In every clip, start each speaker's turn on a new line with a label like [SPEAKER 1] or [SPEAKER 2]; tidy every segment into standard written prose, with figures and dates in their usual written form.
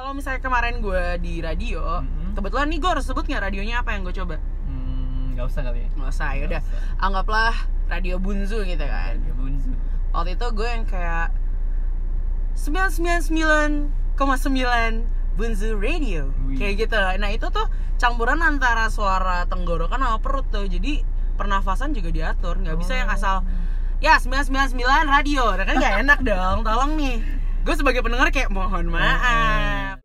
[SPEAKER 1] Kalau misalnya kemarin gue di radio, kebetulan nih gue harus sebut nggak radionya apa yang gue coba?
[SPEAKER 2] Nggak usah kali ya.
[SPEAKER 1] Nggak usah, yaudah. Anggaplah Radio Bunzu gitu kan.
[SPEAKER 2] Radio Bunzu.
[SPEAKER 1] Waktu itu gue yang kayak 999,9 Bunzu Radio. Kayak gitu. Nah itu tuh campuran antara suara tenggorokan sama perut tuh. Jadi pernafasan juga diatur. Gak bisa yang asal ya 999 radio. Nah kan gak enak dong. Tolong nih. Gue sebagai pendengar kayak mohon maaf.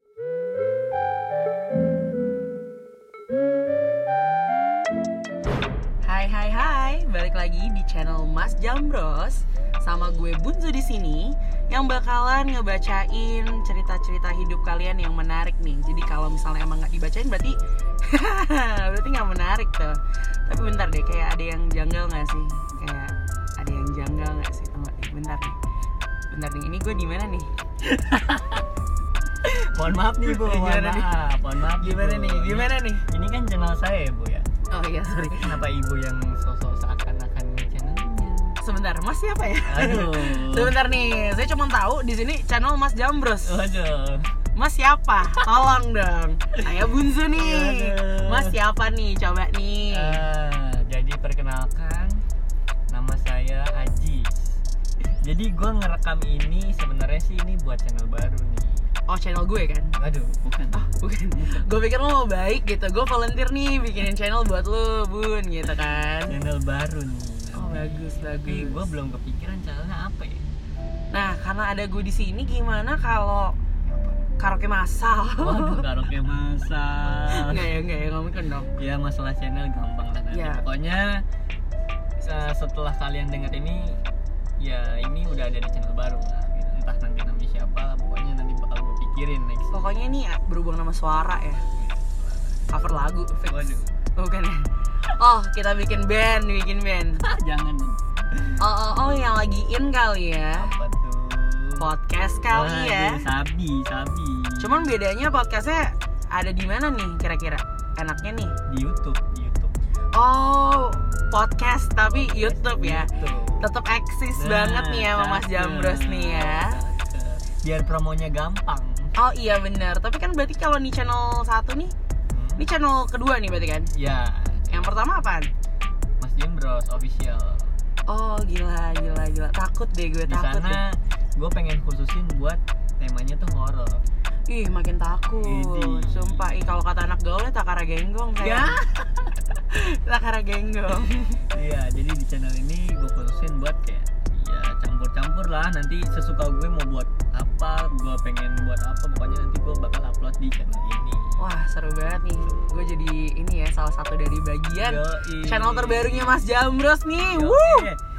[SPEAKER 1] Hai, balik lagi di channel Mas Jambros sama gue Bunzu di sini yang bakalan ngebacain cerita-cerita hidup kalian yang menarik nih. Jadi kalau misalnya emang nggak dibacain berarti berarti nggak menarik tuh. Tapi bentar deh, kayak ada yang janggal nggak sih? Kayak ada yang janggal nggak sih? Tunggu, bentar nih. Ini gue di mana nih?
[SPEAKER 2] Mohon maaf nih Bu, mohon maaf.
[SPEAKER 1] Gimana nih?
[SPEAKER 2] Ini kan channel saya ya Bu ya.
[SPEAKER 1] Oh iya, sorry.
[SPEAKER 2] Kenapa Ibu yang sosok seakan-akan channelnya?
[SPEAKER 1] Sebentar, Mas siapa ya?
[SPEAKER 2] Aduh.
[SPEAKER 1] Sebentar nih, saya cuma tahu di sini channel Mas Jambros.
[SPEAKER 2] Waduh.
[SPEAKER 1] Mas siapa? Tolong dong. Saya Bunzu nih.
[SPEAKER 2] Aduh.
[SPEAKER 1] Mas siapa nih? Coba nih.
[SPEAKER 2] Jadi perkenalkan, nama saya Ajis. Jadi gue ngerekam ini sebenarnya sih ini buat channel baru nih.
[SPEAKER 1] Oh, channel gue kan?
[SPEAKER 2] Aduh, bukan.
[SPEAKER 1] Bukan. Gue pikir lo mau baik gitu. Gue volunteer nih bikinin channel buat lo, Bun, gitu kan.
[SPEAKER 2] Channel baru nih.
[SPEAKER 1] Oh, bagus.
[SPEAKER 2] Tapi gue belum kepikiran channelnya apa ya.
[SPEAKER 1] Nah, karena ada gue di sini, gimana kalau karaoke massal?
[SPEAKER 2] Waduh, karaoke massal.
[SPEAKER 1] Enggak ya, nggak mungkin dong.
[SPEAKER 2] Ya, masalah channel gampang lah nanti.
[SPEAKER 1] Ya.
[SPEAKER 2] Pokoknya setelah kalian dengar ini, ya ini udah ada di channel baru lah. Entah nanti namanya siapa lah, pokoknya nanti bakal gue pikirin next.
[SPEAKER 1] Pokoknya ini berhubung sama suara ya. Cover lagu, fix.
[SPEAKER 2] Waduh.
[SPEAKER 1] Bukan ya? Oh, kita bikin band.
[SPEAKER 2] Jangan.
[SPEAKER 1] Oh, yang lagi in kali ya.
[SPEAKER 2] Apa tuh?
[SPEAKER 1] Podcast kali ya.
[SPEAKER 2] Sabi.
[SPEAKER 1] Cuman bedanya podcastnya ada di mana nih kira-kira? Enaknya nih
[SPEAKER 2] Di YouTube.
[SPEAKER 1] Oh, podcast tapi YouTube ya.
[SPEAKER 2] YouTube.
[SPEAKER 1] Tetap eksis banget nih ya sama Mas Jambros nih ya.
[SPEAKER 2] Biar promonya gampang.
[SPEAKER 1] Oh iya benar. Tapi kan berarti kalau nih channel 1 nih, ini channel kedua nih berarti kan?
[SPEAKER 2] Ya.
[SPEAKER 1] Yang pertama apaan?
[SPEAKER 2] Mas Jambros official.
[SPEAKER 1] Oh gila. Takut deh gue.
[SPEAKER 2] Di sana gue pengen khususin buat temanya tuh horor.
[SPEAKER 1] Ih makin takut.
[SPEAKER 2] Idi.
[SPEAKER 1] Sumpah. Kalau kata anak gaulnya Takara Genggong kayak.
[SPEAKER 2] Ya.
[SPEAKER 1] Takara Genggong.
[SPEAKER 2] Iya, jadi di channel ini gue khususin buat kayak ya campur-campur lah. Nanti sesuka gue mau buat apa, gue pengen buat apa, pokoknya nanti gue bakal upload di channel ini.
[SPEAKER 1] Wah seru banget nih. Gue jadi ini ya salah satu dari bagian channel terbarunya Mas Jambros nih. Wuh.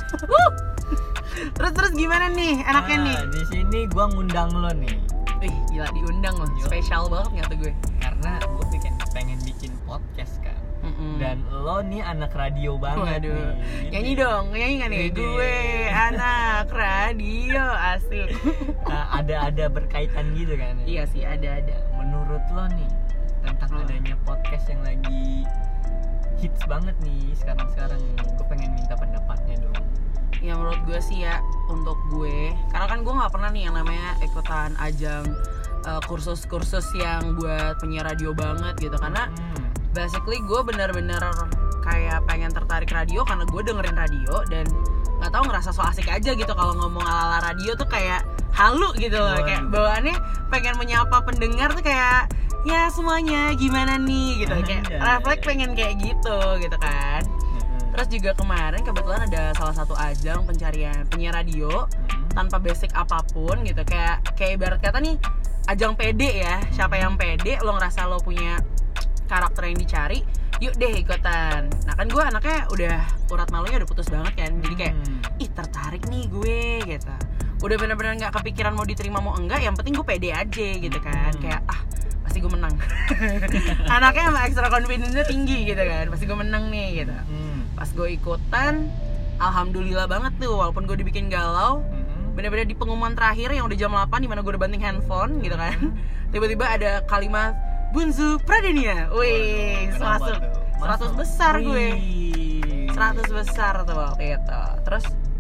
[SPEAKER 1] Terus gimana nih enaknya nih?
[SPEAKER 2] Di sini gue ngundang lo nih.
[SPEAKER 1] Ih gila diundang loh. Spesial banget nggak tuh gue?
[SPEAKER 2] Karena gue pengen bikin podcast kan. Dan lo nih anak radio banget.
[SPEAKER 1] Waduh.
[SPEAKER 2] nih.
[SPEAKER 1] Nyanyi nggak nih? Gue anak radio asik.
[SPEAKER 2] Nah, ada berkaitan gitu kan?
[SPEAKER 1] Iya sih ada.
[SPEAKER 2] Menurut lo nih tentang adanya podcast yang lagi hits banget nih sekarang nih, gue pengen minta pendapatnya dong.
[SPEAKER 1] Ya menurut gue sih ya, untuk gue, karena kan gue nggak pernah nih yang namanya ikutan ajang kursus-kursus yang buat penyiar radio banget gitu. Karena basically gue bener-bener kayak pengen tertarik radio karena gue dengerin radio dan nggak tahu ngerasa so asik aja gitu kalau ngomong ala-ala radio tuh kayak halu gitu loh. Kayak bawaannya pengen menyapa pendengar tuh kayak ya semuanya gimana nih gitu. Kayak refleks pengen kayak gitu kan. Terus juga kemarin kebetulan ada salah satu ajang pencarian penyiar radio tanpa basic apapun gitu. Kayak ibarat kata nih ajang pede ya. Siapa yang pede, lo ngerasa lo punya karakter yang dicari, yuk deh ikutan. Nah kan gue anaknya udah urat malunya udah putus banget kan. Jadi kayak ih tertarik nih gue gitu. Udah bener-bener gak kepikiran mau diterima mau enggak, yang penting gue pede aja gitu kan. Kayak pasti gue menang. Anaknya emang extra confidence-nya tinggi gitu kan. Pasti gue menang nih gitu. Pas gue ikutan, alhamdulillah banget tuh, walaupun gue dibikin galau. Bener-bener di pengumuman terakhir yang udah jam 8 dimana gue udah banting handphone gitu kan. Tiba-tiba ada kalimat Bunzu Pradenia. Wih, masuk 100 besar gue. 100 besar tuh waktu itu. Terus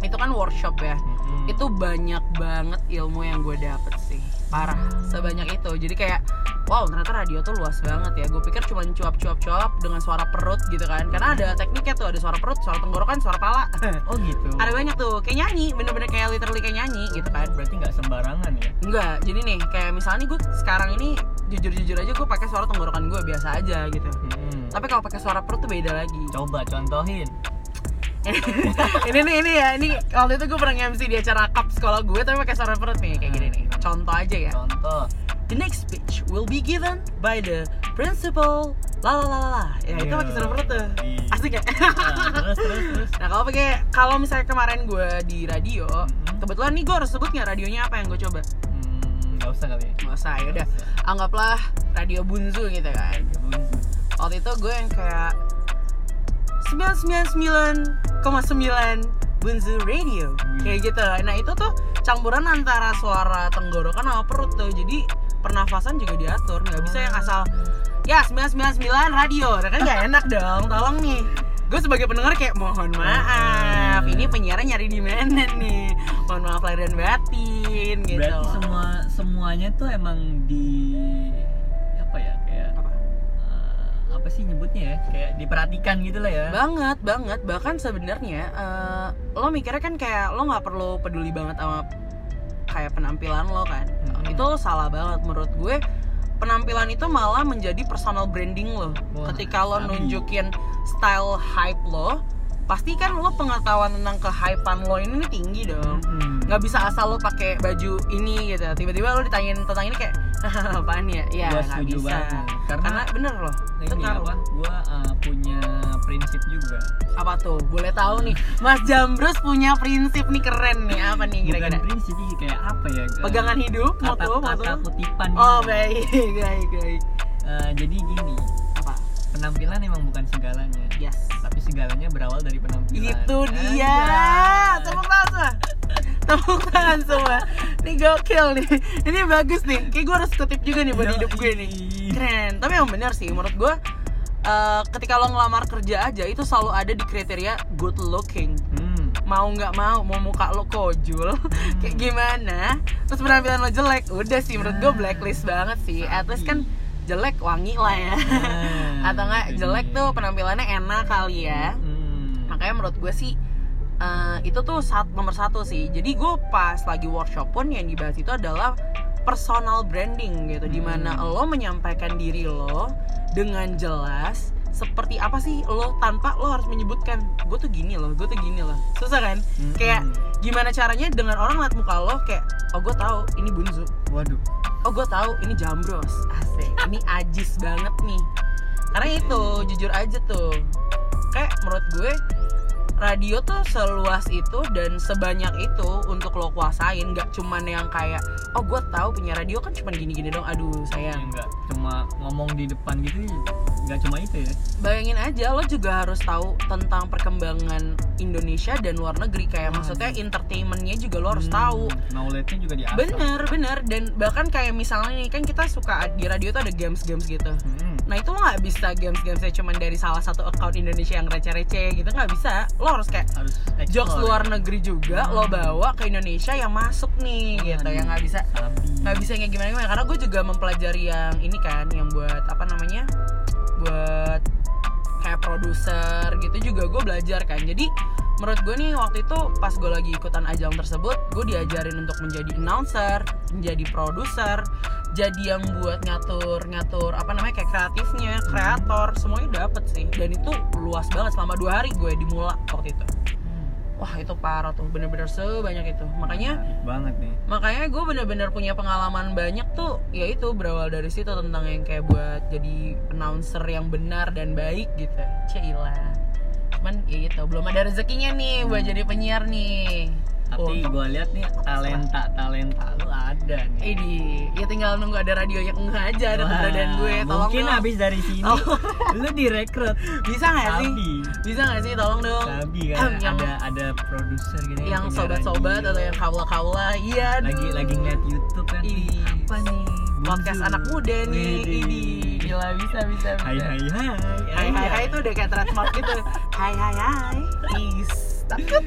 [SPEAKER 1] itu kan workshop ya. Itu banyak banget ilmu yang gue dapet sih, parah, sebanyak itu. Jadi kayak wow, ternyata radio tuh luas banget ya. Gue pikir cuma cuap dengan suara perut gitu kan, karena ada tekniknya tuh, ada suara perut, suara tenggorokan, suara pala.
[SPEAKER 2] Oh gitu.
[SPEAKER 1] Ada banyak tuh, kayak nyanyi, bener-bener kayak literally kayak nyanyi gitu kan.
[SPEAKER 2] Berarti nggak sembarangan ya?
[SPEAKER 1] Enggak, jadi nih kayak misalnya nih gue sekarang ini jujur aja gue pakai suara tenggorokan gue biasa aja gitu. Tapi kalau pakai suara perut tuh beda lagi.
[SPEAKER 2] Coba contohin.
[SPEAKER 1] ini waktu itu gue pernah MC di acara cup sekolah gue tapi pakai suara perut nih kayak gini nih. Contoh aja ya.
[SPEAKER 2] Contoh.
[SPEAKER 1] The next speech will be given by the principal la. Ya itu pakai suara perut tuh. Asik ya? Terus. Nah kalau misalnya kemarin gue di radio, kebetulan nih gue harus sebut nggak radionya apa yang gue coba?
[SPEAKER 2] Nggak usah kali ya.
[SPEAKER 1] Nggak usah, yaudah. Anggaplah radio Bunzu gitu kan. Waktu itu gue yang kayak 99,9 Bunzu Radio kayak gitu. Nah itu tuh campuran antara suara tenggorokan sama perut tuh. Jadi pernafasan juga diatur, nggak bisa yang asal ya 999 radio. Nah kan nggak enak dong, tolong nih. Gue sebagai pendengar kayak mohon maaf, ini penyiaran nyari di mana nih? Mohon maaf lahir dan batin gitu.
[SPEAKER 2] Berarti semuanya tuh emang di apa ya, kayak apa sih nyebutnya ya, kayak diperhatikan gitu lah ya.
[SPEAKER 1] Banget. Bahkan sebenarnya lo mikirnya kan kayak lo nggak perlu peduli banget sama kayak penampilan lo kan. Itu salah banget menurut gue. Penampilan itu malah menjadi personal branding lo. Ketika lo nunjukin style hype lo, pasti kan lo pengetahuan tentang kehypean lo ini tinggi dong. Nggak bisa asal lo pakai baju ini gitu. Tiba-tiba lo ditanyain tentang ini kayak apaan ya? Ya nggak bisa. Karena bener loh.
[SPEAKER 2] Ini apa? Gue punya prinsip juga.
[SPEAKER 1] Apa tuh? Boleh tahu nih, Mas Jambrus punya prinsip nih, keren nih. Apa nih kira-kira?
[SPEAKER 2] Bukan prinsip sih, kayak apa ya?
[SPEAKER 1] Pegangan hidup,
[SPEAKER 2] kata kutipan.
[SPEAKER 1] Oh baik.
[SPEAKER 2] Jadi gini.
[SPEAKER 1] Apa?
[SPEAKER 2] Penampilan emang bukan segalanya.
[SPEAKER 1] Yes.
[SPEAKER 2] Tapi segalanya berawal dari penampilan.
[SPEAKER 1] Itu dia. Tepuk tangan semua. Ini gokil nih. Ini bagus nih. Kayak gue harus kutip juga nih buat hidup gue nih. Keren. Tapi yang benar sih menurut gue. Ketika lo ngelamar kerja aja itu selalu ada di kriteria good looking. Mau nggak mau muka lo kojul kayak gimana, terus penampilan lo jelek, udah sih menurut gue blacklist banget sih. At least kan jelek wangi lah ya. Atau nggak jelek tuh penampilannya enak kali ya. Makanya menurut gue sih itu tuh nomor satu sih. Jadi gue pas lagi workshop pun yang dibahas itu adalah personal branding gitu, dimana lo menyampaikan diri lo dengan jelas seperti apa sih lo, tanpa lo harus menyebutkan gue tuh gini loh. Susah kan? Kayak gimana caranya dengan orang liat muka lo kayak oh gue tahu ini Bunzu.
[SPEAKER 2] Waduh.
[SPEAKER 1] Oh gue tahu ini Jambros. Asik. Ini Ajis banget nih. Karena itu jujur aja tuh. Kayak menurut gue radio tuh seluas itu dan sebanyak itu untuk lo kuasain. Gak cuman yang kayak oh gue tahu punya radio kan cuman gini-gini dong. Aduh sayang.
[SPEAKER 2] Enggak cuma ngomong di depan gitu. Gak cuma itu ya.
[SPEAKER 1] Bayangin aja lo juga harus tahu tentang perkembangan Indonesia dan luar negeri. Kayak maksudnya entertainmentnya juga lo harus tahu.
[SPEAKER 2] Knowledge-nya juga diasah.
[SPEAKER 1] Bener. Dan bahkan kayak misalnya nih kan kita suka di radio tuh ada games gitu. Nah itu lo gak bisa games-gamesnya cuman dari salah satu account Indonesia yang receh-receh gitu. Gak bisa. Lo harus kayak jokes luar negeri juga lo bawa ke Indonesia yang masuk nih gitu. Yang gak bisa kayak gimana. Karena gue juga mempelajari yang ini kan, yang buat apa namanya, buat kayak produser gitu juga gue belajar kan. Jadi menurut gue nih waktu itu pas gue lagi ikutan ajang tersebut, gue diajarin untuk menjadi announcer, menjadi produser, jadi yang buat ngatur apa namanya kayak kreatifnya, kreator, semuanya dapet sih. Dan itu luas banget selama 2 hari gue di Mula waktu itu. Wah itu parah tuh, bener-bener sebanyak itu. Makanya gue bener-bener punya pengalaman banyak tuh. Ya itu berawal dari situ tentang yang kayak buat jadi announcer yang benar dan baik gitu. Cailah. Cuman ya gitu, belum ada rezekinya nih buat jadi penyiar nih.
[SPEAKER 2] Tapi gue lihat nih talenta lu ada nih.
[SPEAKER 1] Ya tinggal nunggu ada radio yang aja ada keberadaan gue. Tolong
[SPEAKER 2] mungkin
[SPEAKER 1] dong.
[SPEAKER 2] Habis dari sini lu direkrut.
[SPEAKER 1] Bisa nggak sih? Tolong dong.
[SPEAKER 2] Sabi kan yang ada produser gitu.
[SPEAKER 1] Yang sobat-sobat atau yang kaula-kaula. Iya.
[SPEAKER 2] Lagi ngeliat YouTube kan.
[SPEAKER 1] Apa nih? Podcast anak muda nih. Gila bisa.
[SPEAKER 2] Hai
[SPEAKER 1] itu udah kayak trademark gitu. Hai. Peace. takut.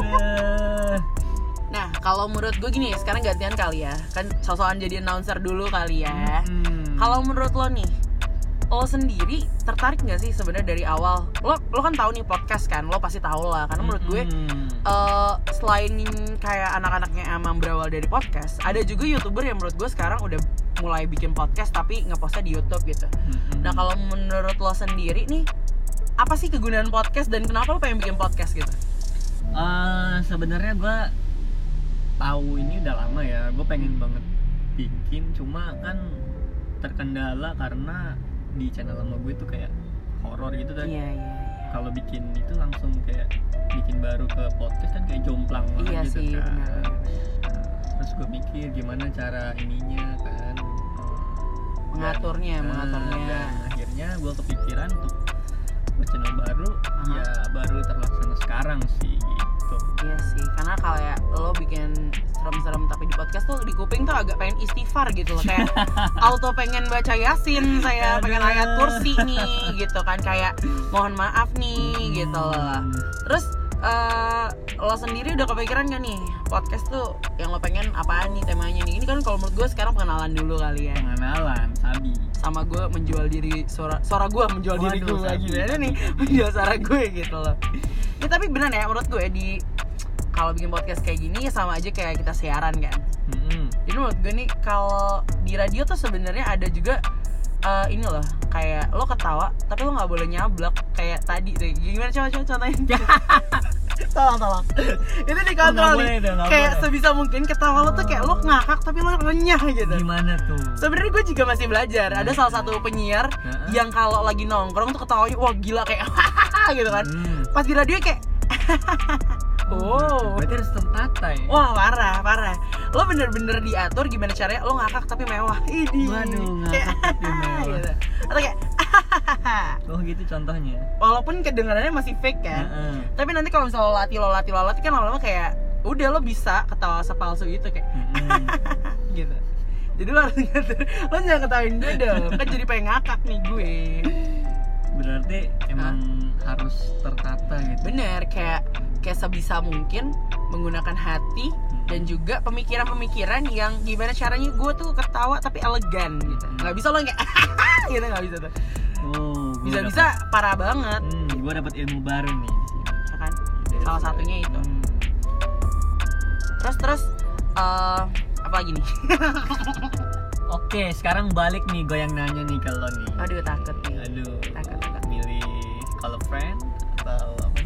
[SPEAKER 1] Nah, kalau menurut gue gini, sekarang gantian kali ya. Kan sosokan jadi announcer dulu kali ya. Kalau menurut lo nih, lo sendiri tertarik nggak sih sebenarnya dari awal? Lo kan tahu nih podcast kan, lo pasti tahu lah. Karena menurut gue selain kayak anak-anaknya emang berawal dari podcast, ada juga YouTuber yang menurut gue sekarang udah mulai bikin podcast tapi ngepostnya di YouTube gitu. Nah, kalau menurut lo sendiri nih, apa sih kegunaan podcast dan kenapa lo pengen bikin podcast gitu?
[SPEAKER 2] Sebenarnya gue tahu ini udah lama ya, gue pengen banget bikin, cuma kan terkendala karena di channel lama gue tuh kayak horor gitu kan.
[SPEAKER 1] Iya.
[SPEAKER 2] Kalau bikin itu langsung kayak bikin baru ke podcast kan kayak jomplang banget
[SPEAKER 1] Iya
[SPEAKER 2] gitu
[SPEAKER 1] sih,
[SPEAKER 2] kan.
[SPEAKER 1] benar.
[SPEAKER 2] Terus gue mikir gimana cara ininya kan,
[SPEAKER 1] Mengaturnya.
[SPEAKER 2] Dan akhirnya gue kepikiran untuk buat channel baru, ya baru terlaksana sekarang sih gitu.
[SPEAKER 1] Iya sih, karena kalau ya lo bikin serem-serem tapi di podcast tuh di kuping tuh agak pengen istighfar gitu loh. Kayak auto pengen baca Yasin, saya pengen ayat kursi nih gitu kan. Kayak mohon maaf nih gitu loh. Terus lo sendiri udah kepikiran gak nih podcast tuh yang lo pengen apaan nih temanya nih? Ini kan kalau menurut gue sekarang pengenalan dulu kali ya.
[SPEAKER 2] Pengenalan, sabi.
[SPEAKER 1] Sama gue menjual diri, suara gue menjual diri gue lagi. Gimana nih menjual suara gue gitu loh. Ya tapi bener ya menurut gue di kalau bikin podcast kayak gini sama aja kayak kita siaran kan. Jadi menurut gue nih kalau di radio tuh sebenarnya ada juga ini loh, kayak lo ketawa tapi lo nggak boleh nyablak kayak tadi deh. Gimana coba contohin? Tolong. Itu dikontrol nih. Kayak sebisa mungkin ketawa lo tuh kayak lo ngakak tapi lo renyah gitu.
[SPEAKER 2] Gimana tuh?
[SPEAKER 1] Sebenarnya gue juga masih belajar. Ada salah satu penyiar yang kalau lagi nongkrong tuh ketawanya wah gila kayak gitu kan. Pas di radio kayak
[SPEAKER 2] berarti harus tertata ya?
[SPEAKER 1] Wah parah. Lo bener-bener diatur gimana caranya lo ngakak tapi mewah. Idi.
[SPEAKER 2] Waduh, ngakak tapi mewah
[SPEAKER 1] gitu. Atau kayak
[SPEAKER 2] oh gitu contohnya.
[SPEAKER 1] Walaupun kedengarannya masih fake kan. Tapi nanti kalau misalnya lo latih kan lama-lama kayak udah lo bisa ketawa sepalsu itu kayak gitu. Jadi lo harus ngatur. Lo jangan ketawain gue dong. Kan jadi pengen ngakak nih gue.
[SPEAKER 2] Berarti emang harus tertata gitu.
[SPEAKER 1] Bener, kayak sebisa mungkin menggunakan hati dan juga pemikiran-pemikiran yang gimana caranya gue tuh ketawa tapi elegan gitu. Nggak bisa lo kayak gitu, nggak bisa tuh. Bisa parah banget.
[SPEAKER 2] Gue dapat ilmu baru nih di sini.
[SPEAKER 1] Ya kan? Salah satunya itu. Terus apa lagi nih?
[SPEAKER 2] Oke, sekarang balik nih gue yang nanya nih ke lo nih.
[SPEAKER 1] Aduh takut nih. Takut.
[SPEAKER 2] Milih call a friend atau apa?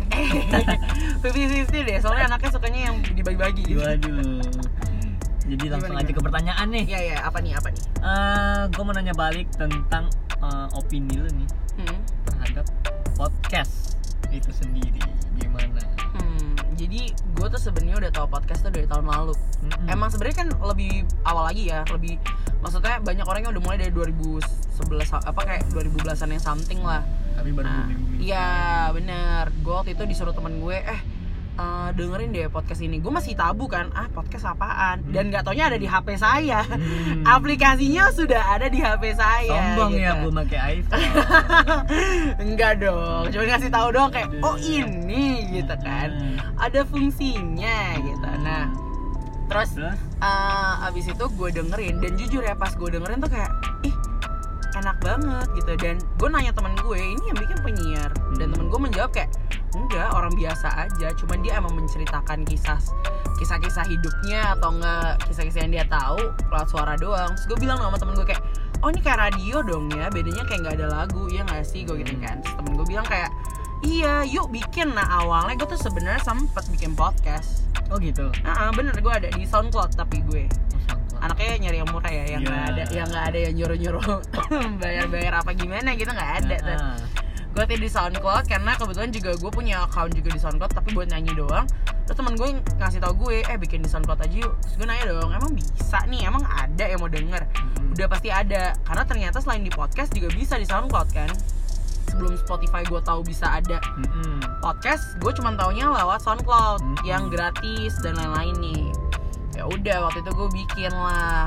[SPEAKER 1] 50-50 deh, soalnya anaknya sukanya yang dibagi-bagi gitu.
[SPEAKER 2] Waduh. Jadi langsung aja ke pertanyaan nih.
[SPEAKER 1] Iya, apa nih?
[SPEAKER 2] Gue mau nanya balik tentang opini lo nih terhadap podcast itu sendiri gimana?
[SPEAKER 1] Jadi gue tuh sebenarnya udah tahu podcast tuh dari tahun lalu. Emang sebenarnya kan lebih awal lagi ya, maksudnya banyak orang yang udah mulai dari 2011 apa kayak 2010-an yang something lah.
[SPEAKER 2] Tapi baru booming.
[SPEAKER 1] Iya bener, gue waktu itu disuruh temen gue dengerin deh podcast ini. Gue masih tabu kan, podcast apaan? Dan nggak taunya ada di HP saya. Aplikasinya sudah ada di HP saya.
[SPEAKER 2] Sombong
[SPEAKER 1] gitu.
[SPEAKER 2] Ya gue pakai iPhone.
[SPEAKER 1] Enggak dong, cuma ngasih tahu doang kayak ini gitu kan. Ada fungsinya gitu. Nah, terus abis itu gue dengerin dan jujur ya pas gue dengerin tuh kayak enak banget gitu. Dan gue nanya temen gue, ini yang bikin penyiar? Dan temen gue menjawab kayak enggak, orang biasa aja, cuman dia emang menceritakan kisah-kisah hidupnya atau enggak kisah-kisah yang dia tahu lewat suara doang. Terus gue bilang sama temen gue kayak ini kayak radio dong ya, bedanya kayak nggak ada lagu ya nggak sih, gue gitu kan. Terus temen gue bilang kayak iya yuk bikin. Nah awalnya gue tuh sebenarnya sempet bikin podcast.
[SPEAKER 2] Oh gitu.
[SPEAKER 1] Bener, gue ada di SoundCloud tapi gue anaknya nyari yang murah ya, yang nggak ada yang nyuruh bayar apa gimana gitu, nggak ada tuh. Gue di SoundCloud karena kebetulan juga gue punya account juga di SoundCloud tapi buat nyanyi doang. Terus temen gue ngasih tau gue bikin di SoundCloud aja yuk. Terus gue nanya dong, emang bisa nih, emang ada yang mau denger? Udah pasti ada, karena ternyata selain di podcast juga bisa di SoundCloud kan. Sebelum Spotify gue tahu bisa ada podcast, gue cuma taunya lewat SoundCloud yang gratis dan lain-lain nih. Ya udah waktu itu gue bikin lah.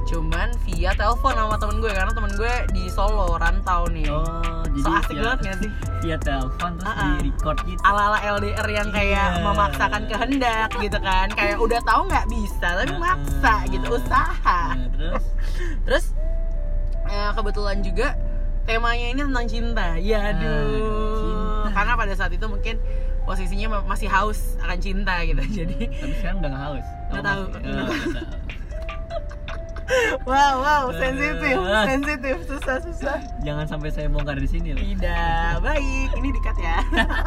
[SPEAKER 1] cuman via telepon sama temen gue, karena temen gue di Solo rantau nih.
[SPEAKER 2] Jadi
[SPEAKER 1] so asik banget gak sih?
[SPEAKER 2] Via telepon terus di record gitu.
[SPEAKER 1] Ala-ala LDR yang kayak memaksakan kehendak gitu kan. Kayak udah tahu nggak bisa tapi maksa gitu, usaha. Terus kebetulan juga temanya ini tentang cinta. Ya aduh. Karena pada saat itu mungkin posisinya masih haus akan cinta gitu. Jadi
[SPEAKER 2] tapi sekarang udah nggak haus.
[SPEAKER 1] Nggak tahu. Wow, sensitif, susah.
[SPEAKER 2] Jangan sampai saya bongkar di sini loh.
[SPEAKER 1] Tidak, baik, ini dikat ya.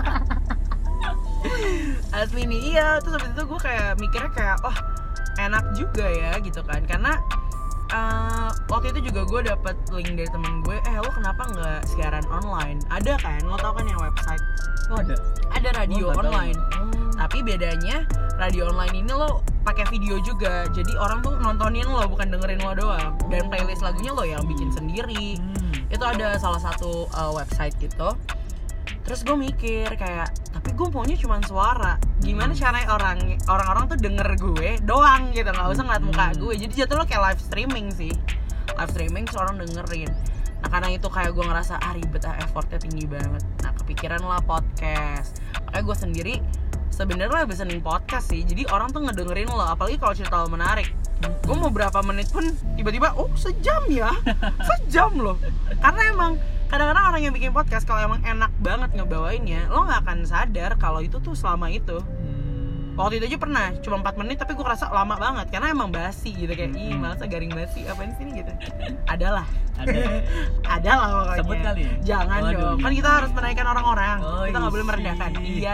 [SPEAKER 1] Asli nih, iya. Terus habis itu gue kayak mikirnya kayak, oh enak juga ya gitu kan. Karena waktu itu juga gue dapet link dari temen gue, lo kenapa nggak siaran online? Ada kan, lo tau kan yang website?
[SPEAKER 2] Oh ada
[SPEAKER 1] radio online. Tapi bedanya radio online ini lo pakai video juga, jadi orang tuh nontonin lo bukan dengerin lo doang. Dan playlist lagunya lo yang bikin sendiri. Itu ada salah satu website gitu. Terus gue mikir kayak, tapi gue maunya cuma suara. Gimana caranya orang-orang tuh denger gue doang gitu, nggak usah ngeliat muka gue. Jadi jatuh lo kayak live streaming sih, live streaming seorang dengerin. Nah karena itu kayak gue ngerasa ribet, effortnya tinggi banget. Nah kepikiran lah podcast. Makanya gue sendiri sebenarnya lebih seneng podcast sih. Jadi orang tuh ngedengerin lo, apalagi kalau cerita lo menarik. Gue mau berapa menit pun tiba-tiba, sejam ya, sejam loh. Karena emang kadang-kadang orang yang bikin podcast kalau emang enak banget ngebawainnya, lo nggak akan sadar kalau itu tuh selama itu. Waktu itu aja pernah, cuma 4 menit tapi gue ngerasa lama banget karena emang basi gitu, kayak males garing basi, apain sini gitu. Adalah pokoknya.
[SPEAKER 2] Sebut kali.
[SPEAKER 1] Jangan dong, kan kita harus menaikkan orang-orang. Kita nggak boleh merendahkan. Iya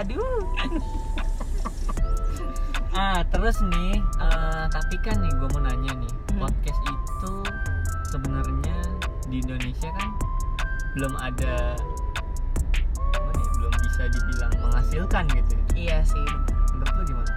[SPEAKER 2] terus nih, tapi kan nih gue mau nanya nih, podcast itu sebenarnya di Indonesia kan belum ada, belum bisa dibilang menghasilkan gitu.
[SPEAKER 1] Iya sih.
[SPEAKER 2] Menurut lo gimana?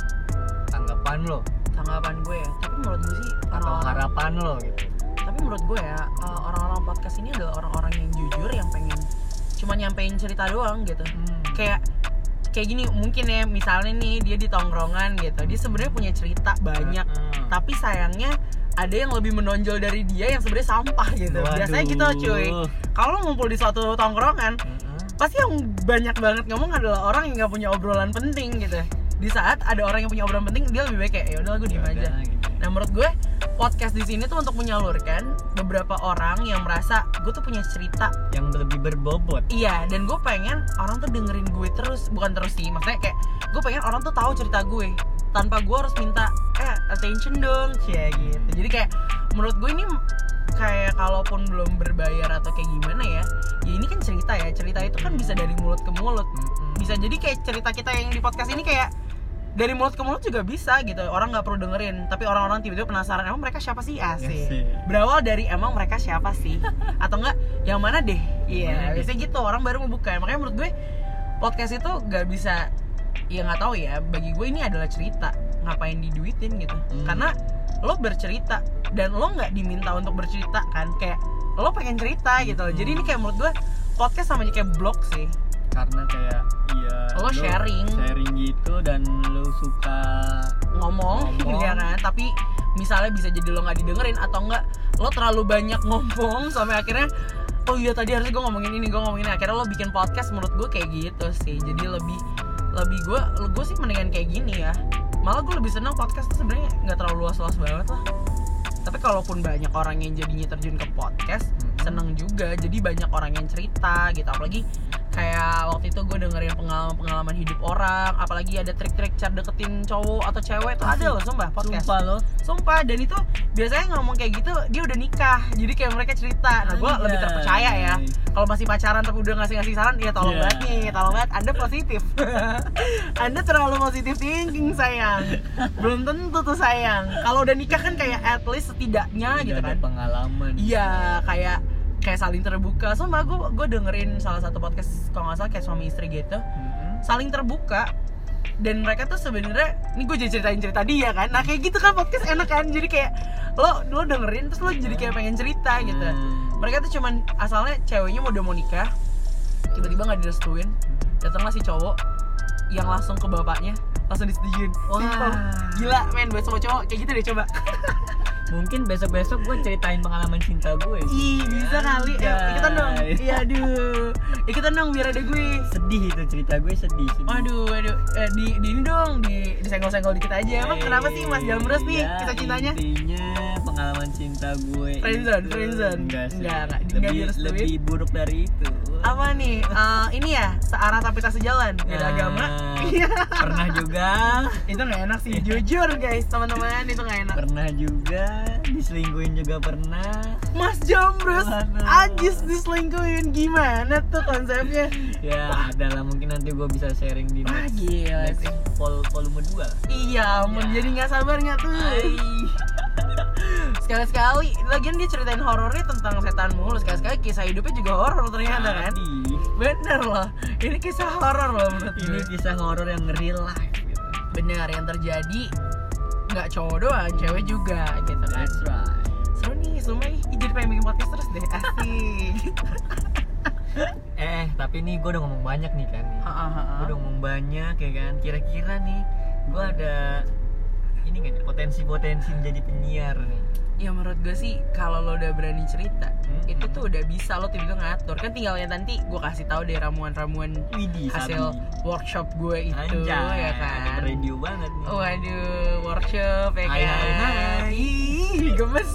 [SPEAKER 2] Tanggapan
[SPEAKER 1] gue ya, tapi menurut gue sih
[SPEAKER 2] atau harapan lo gitu.
[SPEAKER 1] Tapi menurut gue ya, orang-orang podcast ini adalah orang-orang yang jujur, yang pengen cuma nyampein cerita doang gitu. Kayak gini mungkin ya, misalnya nih dia di tongkrongan gitu, dia sebenarnya punya cerita banyak, tapi sayangnya ada yang lebih menonjol dari dia yang sebenarnya sampah gitu. Biasanya gitu cuy. Kalau ngumpul di suatu tongkrongan, pasti yang banyak banget ngomong adalah orang yang nggak punya obrolan penting gitu. Di saat ada orang yang punya obrolan penting, dia lebih baik kayak ya udah gue diem aja. Gitu. Nah menurut gue podcast di sini tuh untuk menyalurkan beberapa orang yang merasa gue tuh punya cerita
[SPEAKER 2] yang lebih berbobot.
[SPEAKER 1] Iya, dan gue pengen orang tuh dengerin gue terus, bukan terus sih, maksudnya kayak gue pengen orang tuh tahu cerita gue tanpa gue harus minta attention dong, cia gitu. Jadi kayak menurut gue ini kayak kalaupun belum berbayar atau kayak gimana ya ini kan cerita ya, cerita itu kan bisa dari mulut ke mulut. Bisa jadi kayak cerita kita yang di podcast ini kayak dari mulut ke mulut juga bisa gitu. Orang nggak perlu dengerin, tapi orang-orang tiba-tiba penasaran emang mereka siapa sih, asik. Berawal dari emang mereka siapa sih, atau enggak yang mana deh. Iya, biasanya gitu orang baru membuka. Makanya menurut gue podcast itu nggak bisa, ya nggak tahu ya. Bagi gue ini adalah cerita, ngapain diduitin gitu. Karena lo bercerita dan lo nggak diminta untuk bercerita kan, kayak lo pengen cerita gitu. Jadi ini kayak menurut gue podcast sama aja kayak blog sih.
[SPEAKER 2] Karena kayak
[SPEAKER 1] lo sharing
[SPEAKER 2] gitu dan lo suka
[SPEAKER 1] ngomong. Ya kan, tapi misalnya bisa jadi lo nggak didengerin atau enggak lo terlalu banyak ngomong sampai akhirnya oh iya tadi harusnya gue ngomongin ini, akhirnya lo bikin podcast. Menurut gue kayak gitu sih. Jadi lebih gue sih mendingan kayak gini ya. Malah gue lebih senang podcast tuh sebenarnya nggak terlalu luas-luas banget lah. Tapi kalaupun banyak orang yang jadinya terjun ke podcast, seneng juga. Jadi banyak orang yang cerita gitu. Apalagi kayak waktu itu gue dengerin pengalaman hidup orang. Apalagi ada trik-trik cara deketin cowok atau cewek. Itu ada loh, sumpah, podcast. Sumpah, dan itu biasanya ngomong kayak gitu dia udah nikah. Jadi kayak mereka cerita. Nah gue lebih terpercaya ya. Kalau masih pacaran tapi udah ngasih saran, ya tolong banget nih, tolong banget. Anda positif. Anda terlalu positif thinking sayang. Belum tentu tuh sayang. Kalau udah nikah kan kayak at least setidaknya gitu kan.
[SPEAKER 2] Ada pengalaman.
[SPEAKER 1] Iya, kayak saling terbuka. Soalnya gue dengerin salah satu podcast kalau nggak salah kayak suami istri gitu, saling terbuka. Dan mereka tuh sebenarnya, ini gue jadi ceritain cerita dia kan. Nah kayak gitu kan podcast enak kan. Jadi kayak lo dengerin terus lo jadi kayak pengen cerita gitu. Mereka tuh cuman asalnya ceweknya udah mau nikah, tiba-tiba nggak direstuin, datanglah si cowok yang langsung ke bapaknya, langsung disetujuin. Wah, gila men, buat semua cowok kayak gitu deh coba.
[SPEAKER 2] Mungkin besok-besok gue ceritain pengalaman cinta gue
[SPEAKER 1] Ih,
[SPEAKER 2] sih.
[SPEAKER 1] bisa kali. Ikutan dong. Iya, aduh. Ikutan dong biar ada gue.
[SPEAKER 2] Sedih itu cerita gue sedih.
[SPEAKER 1] Waduh. Di ini dong, disenggol-senggol dikit aja. Emang kenapa sih Mas Jambrus nih kisah cintanya?
[SPEAKER 2] Intinya pengalaman cinta gue.
[SPEAKER 1] Friendzone. Enggak direstuin.
[SPEAKER 2] Lebih buruk dari itu.
[SPEAKER 1] Apa nih? Ini ya, searah tapi tak sejalan. Beda agama. Iya.
[SPEAKER 2] Pernah juga.
[SPEAKER 1] Itu nggak enak sih, jujur guys, teman-teman, itu nggak enak.
[SPEAKER 2] Pernah juga, diselingkuhin juga pernah.
[SPEAKER 1] Mas Jambrus, ajis diselingkuhin, gimana tuh konsepnya?
[SPEAKER 2] Ya ada lah, mungkin nanti gue bisa sharing di
[SPEAKER 1] Gila
[SPEAKER 2] next
[SPEAKER 1] sih.
[SPEAKER 2] volume 2.
[SPEAKER 1] Iya, ampun, jadi nggak sabar nggak tuh? Sekali-sekali, lagian dia ceritain horornya tentang setan mulu. Sekali-sekali kisah hidupnya juga horor ternyata kan? Bener loh, ini kisah horor loh menurut gue.
[SPEAKER 2] Ini kisah horor yang real life gitu.
[SPEAKER 1] Bener, yang terjadi nggak cowok doang, cewek juga gitu kan.
[SPEAKER 2] That's right.
[SPEAKER 1] Seru nih, sumpah ih, jadi pengen bikin podcast terus deh, asik.
[SPEAKER 2] Tapi nih gue udah ngomong banyak nih kan nih. Gue udah ngomong banyak ya kan. Kira-kira nih gue ada ini nggak nih, potensi menjadi penyiar nih.
[SPEAKER 1] Ya menurut gue sih kalau lo udah berani cerita, itu tuh udah bisa lo tiba-tiba ngatur. Kan tinggalnya nanti gue kasih tahu deh ramuan-ramuan hasil workshop gue itu.
[SPEAKER 2] Anjay,
[SPEAKER 1] ya kan.
[SPEAKER 2] Radio banget nih.
[SPEAKER 1] Waduh, workshop ya kan.
[SPEAKER 2] Hai.
[SPEAKER 1] Ih, gemes.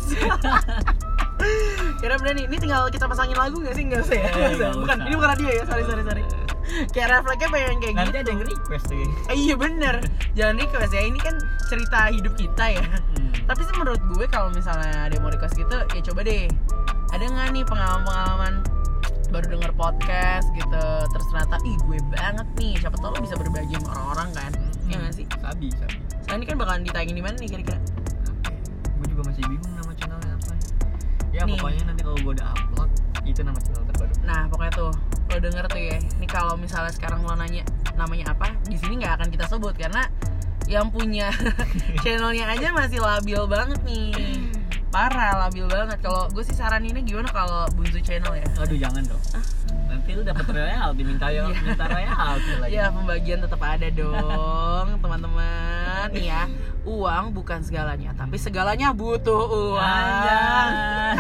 [SPEAKER 1] Kira berani, ini tinggal kita pasangin lagu gak sih? Nggak usah ya? Bukan, ini bukan radio ya, sorry. Kayak refleksnya pengen kayak
[SPEAKER 2] Nanti
[SPEAKER 1] gitu.
[SPEAKER 2] ada yang request tuh.
[SPEAKER 1] Iya bener, jangan request ya, ini kan cerita hidup kita ya. Tapi sih menurut gue kalau misalnya ada yang mau request gitu, ya coba deh. Ada nggak nih pengalaman baru denger podcast gitu, terus ternyata ih gue banget nih, siapa tau lo bisa berbagi sama orang-orang kan. Iya nggak sih?
[SPEAKER 2] Sabi.
[SPEAKER 1] Sekarang ini kan bakalan ditayangin di mana nih kira-kira?
[SPEAKER 2] Gue juga masih bingung nama channelnya apa. Ya
[SPEAKER 1] Nih.
[SPEAKER 2] pokoknya nanti kalau gue udah upload, itu nama channel terbaru.
[SPEAKER 1] Nah pokoknya tuh lo denger tuh ya. Ini kalau misalnya sekarang lo nanya namanya apa, di sini nggak akan kita sebut karena yang punya channelnya aja masih labil banget nih. Parah, labil banget. Kalau gue sih saraninnya gimana kalau Bunzu channel ya?
[SPEAKER 2] Aduh jangan dong. Nanti lu dapet royalti, minta royalti lagi.
[SPEAKER 1] Ya pembagian tetap ada dong teman-teman. Nih ya, uang bukan segalanya, tapi segalanya butuh uang.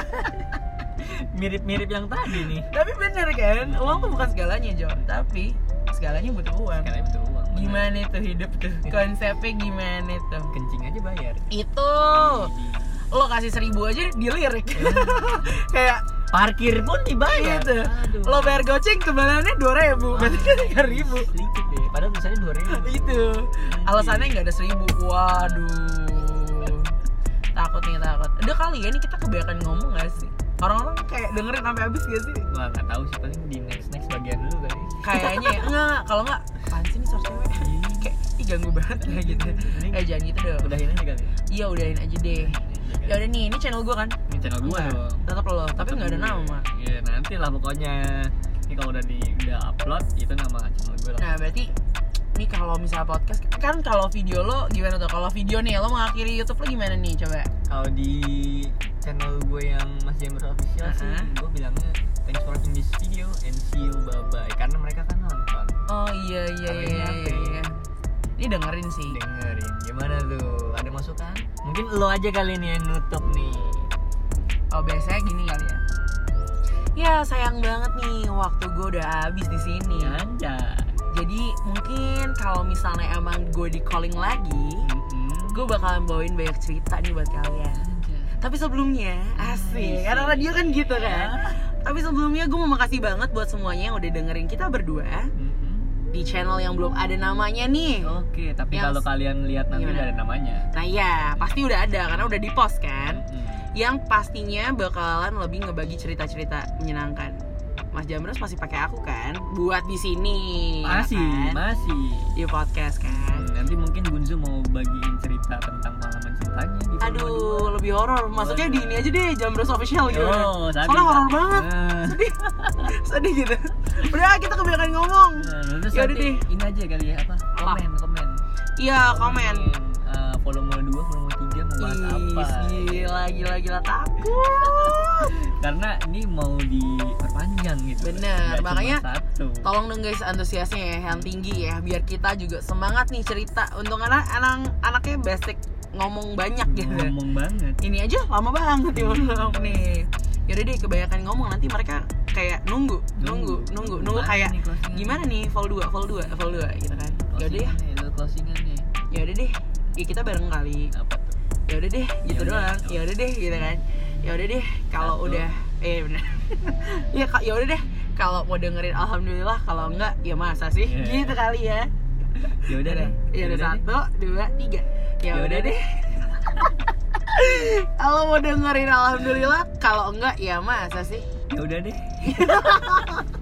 [SPEAKER 2] Mirip-mirip yang tadi nih.
[SPEAKER 1] Tapi bener kan, uang tuh bukan segalanya Jo, tapi segalanya butuh uang.
[SPEAKER 2] Sekarang butuh uang. bener.
[SPEAKER 1] Gimana itu hidup tuh? Konsepnya gimana tuh?
[SPEAKER 2] Kencing aja bayar.
[SPEAKER 1] Itu lo kasih 1.000 aja dilirik. Kayak
[SPEAKER 2] Parkir pun dibayar.
[SPEAKER 1] gitu.
[SPEAKER 2] Aduh.
[SPEAKER 1] Lo bayar goceng kembalannya 2.000, berarti kan 3.000.
[SPEAKER 2] Sedikit deh. Padahal misalnya 2.000.
[SPEAKER 1] Itu alasannya nggak ada 1.000. Waduh, takut. Udah kali ya, ini kita kebanyakan ngomong nggak sih? Orang-orang kayak dengerin sampai habis gak sih?
[SPEAKER 2] Wah nggak tahu sih, paling di next bagian dulu kali.
[SPEAKER 1] Kayaknya ya. Enggak, kalau nggak apaan sih nih suara cewek? Kayak ih ganggu banget kayak gitu. Jangan gitu dong.
[SPEAKER 2] Udahin aja kali.
[SPEAKER 1] Iya udahin aja deh. Ya udah nih, ini channel gue kan.
[SPEAKER 2] Ini channel gua dong.
[SPEAKER 1] Tetap lo, tapi nggak ada nama.
[SPEAKER 2] Iya nanti lah pokoknya. Ini kalau udah upload itu nama channel gue lah.
[SPEAKER 1] Nah berarti ini kalau misalnya podcast kan, kalau video lo gimana tuh? Kalau video nih lo mengakhiri YouTube lo gimana nih coba?
[SPEAKER 2] Kalau di channel gue yang Mas Jambrus Official sih, gue bilangnya thanks for watching this video and see you bye bye, karena mereka kan nonton.
[SPEAKER 1] Oh iya. Ini dengerin sih.
[SPEAKER 2] Dengerin. Gimana tuh? Ada masukan? Mungkin lo aja kali nih yang nutup nih.
[SPEAKER 1] Oh biasanya gini kali ya. Ya sayang banget nih waktu gue udah habis di sini.
[SPEAKER 2] Anjay.
[SPEAKER 1] Jadi mungkin kalau misalnya emang gue di calling lagi, gue bakalan bawain banyak cerita nih buat kalian. Tapi sebelumnya, asik, karena radio kan gitu kan. Tapi sebelumnya gue mau makasih banget buat semuanya yang udah dengerin kita berdua di channel yang belum ada namanya nih.
[SPEAKER 2] Oke, tapi kalau kalian lihat nanti udah ada namanya.
[SPEAKER 1] Nah iya, pasti udah ada karena udah di post kan. Yang pastinya bakalan lebih ngebagi cerita-cerita menyenangkan. Mas Jambrus masih pakai aku kan buat di sini.
[SPEAKER 2] Masih
[SPEAKER 1] di podcast kan.
[SPEAKER 2] Nanti mungkin Bunzu mau bagiin cerita tentang pengalaman cintanya gitu.
[SPEAKER 1] Aduh, lebih horor. Maksudnya di ini aja deh, Jambrus Official gitu. Soalnya horor banget. Sedih gitu. Udah kita kebanyakan ngomong.
[SPEAKER 2] Ya udah deh. Ini aja kali ya apa? Komen.
[SPEAKER 1] Iya, komen.
[SPEAKER 2] Volume 2, volume 3 mau bahas apa?
[SPEAKER 1] Gila takut.
[SPEAKER 2] Karena ini mau diperpanjang gitu.
[SPEAKER 1] Bener, makanya tolong dong guys antusiasnya ya yang tinggi ya, biar kita juga semangat nih cerita. Untuk anaknya basic ngomong banyak gitu.
[SPEAKER 2] Ngomong banget.
[SPEAKER 1] Ini aja lama banget ya nih. Yaudah deh, kebanyakan ngomong nanti mereka kayak nunggu kayak gimana nih vol 2 gitu kan. Yaudah ya.
[SPEAKER 2] Closingan nih.
[SPEAKER 1] Yaudah deh, ya kita bareng kali.
[SPEAKER 2] Apa tuh?
[SPEAKER 1] Yaudah deh, gitu doang. Yaudah deh, gitu kan. Yaudah deh, kalau udah bener. Ya yaudah deh, kalau mau dengerin alhamdulillah, kalau enggak ya masa sih, gitu kali ya.
[SPEAKER 2] Yaudah deh.
[SPEAKER 1] Ya udah 1, 2, 3. Ya udah deh. Kalau mau dengerin alhamdulillah, kalau enggak ya masa sih.
[SPEAKER 2] Ya udah deh.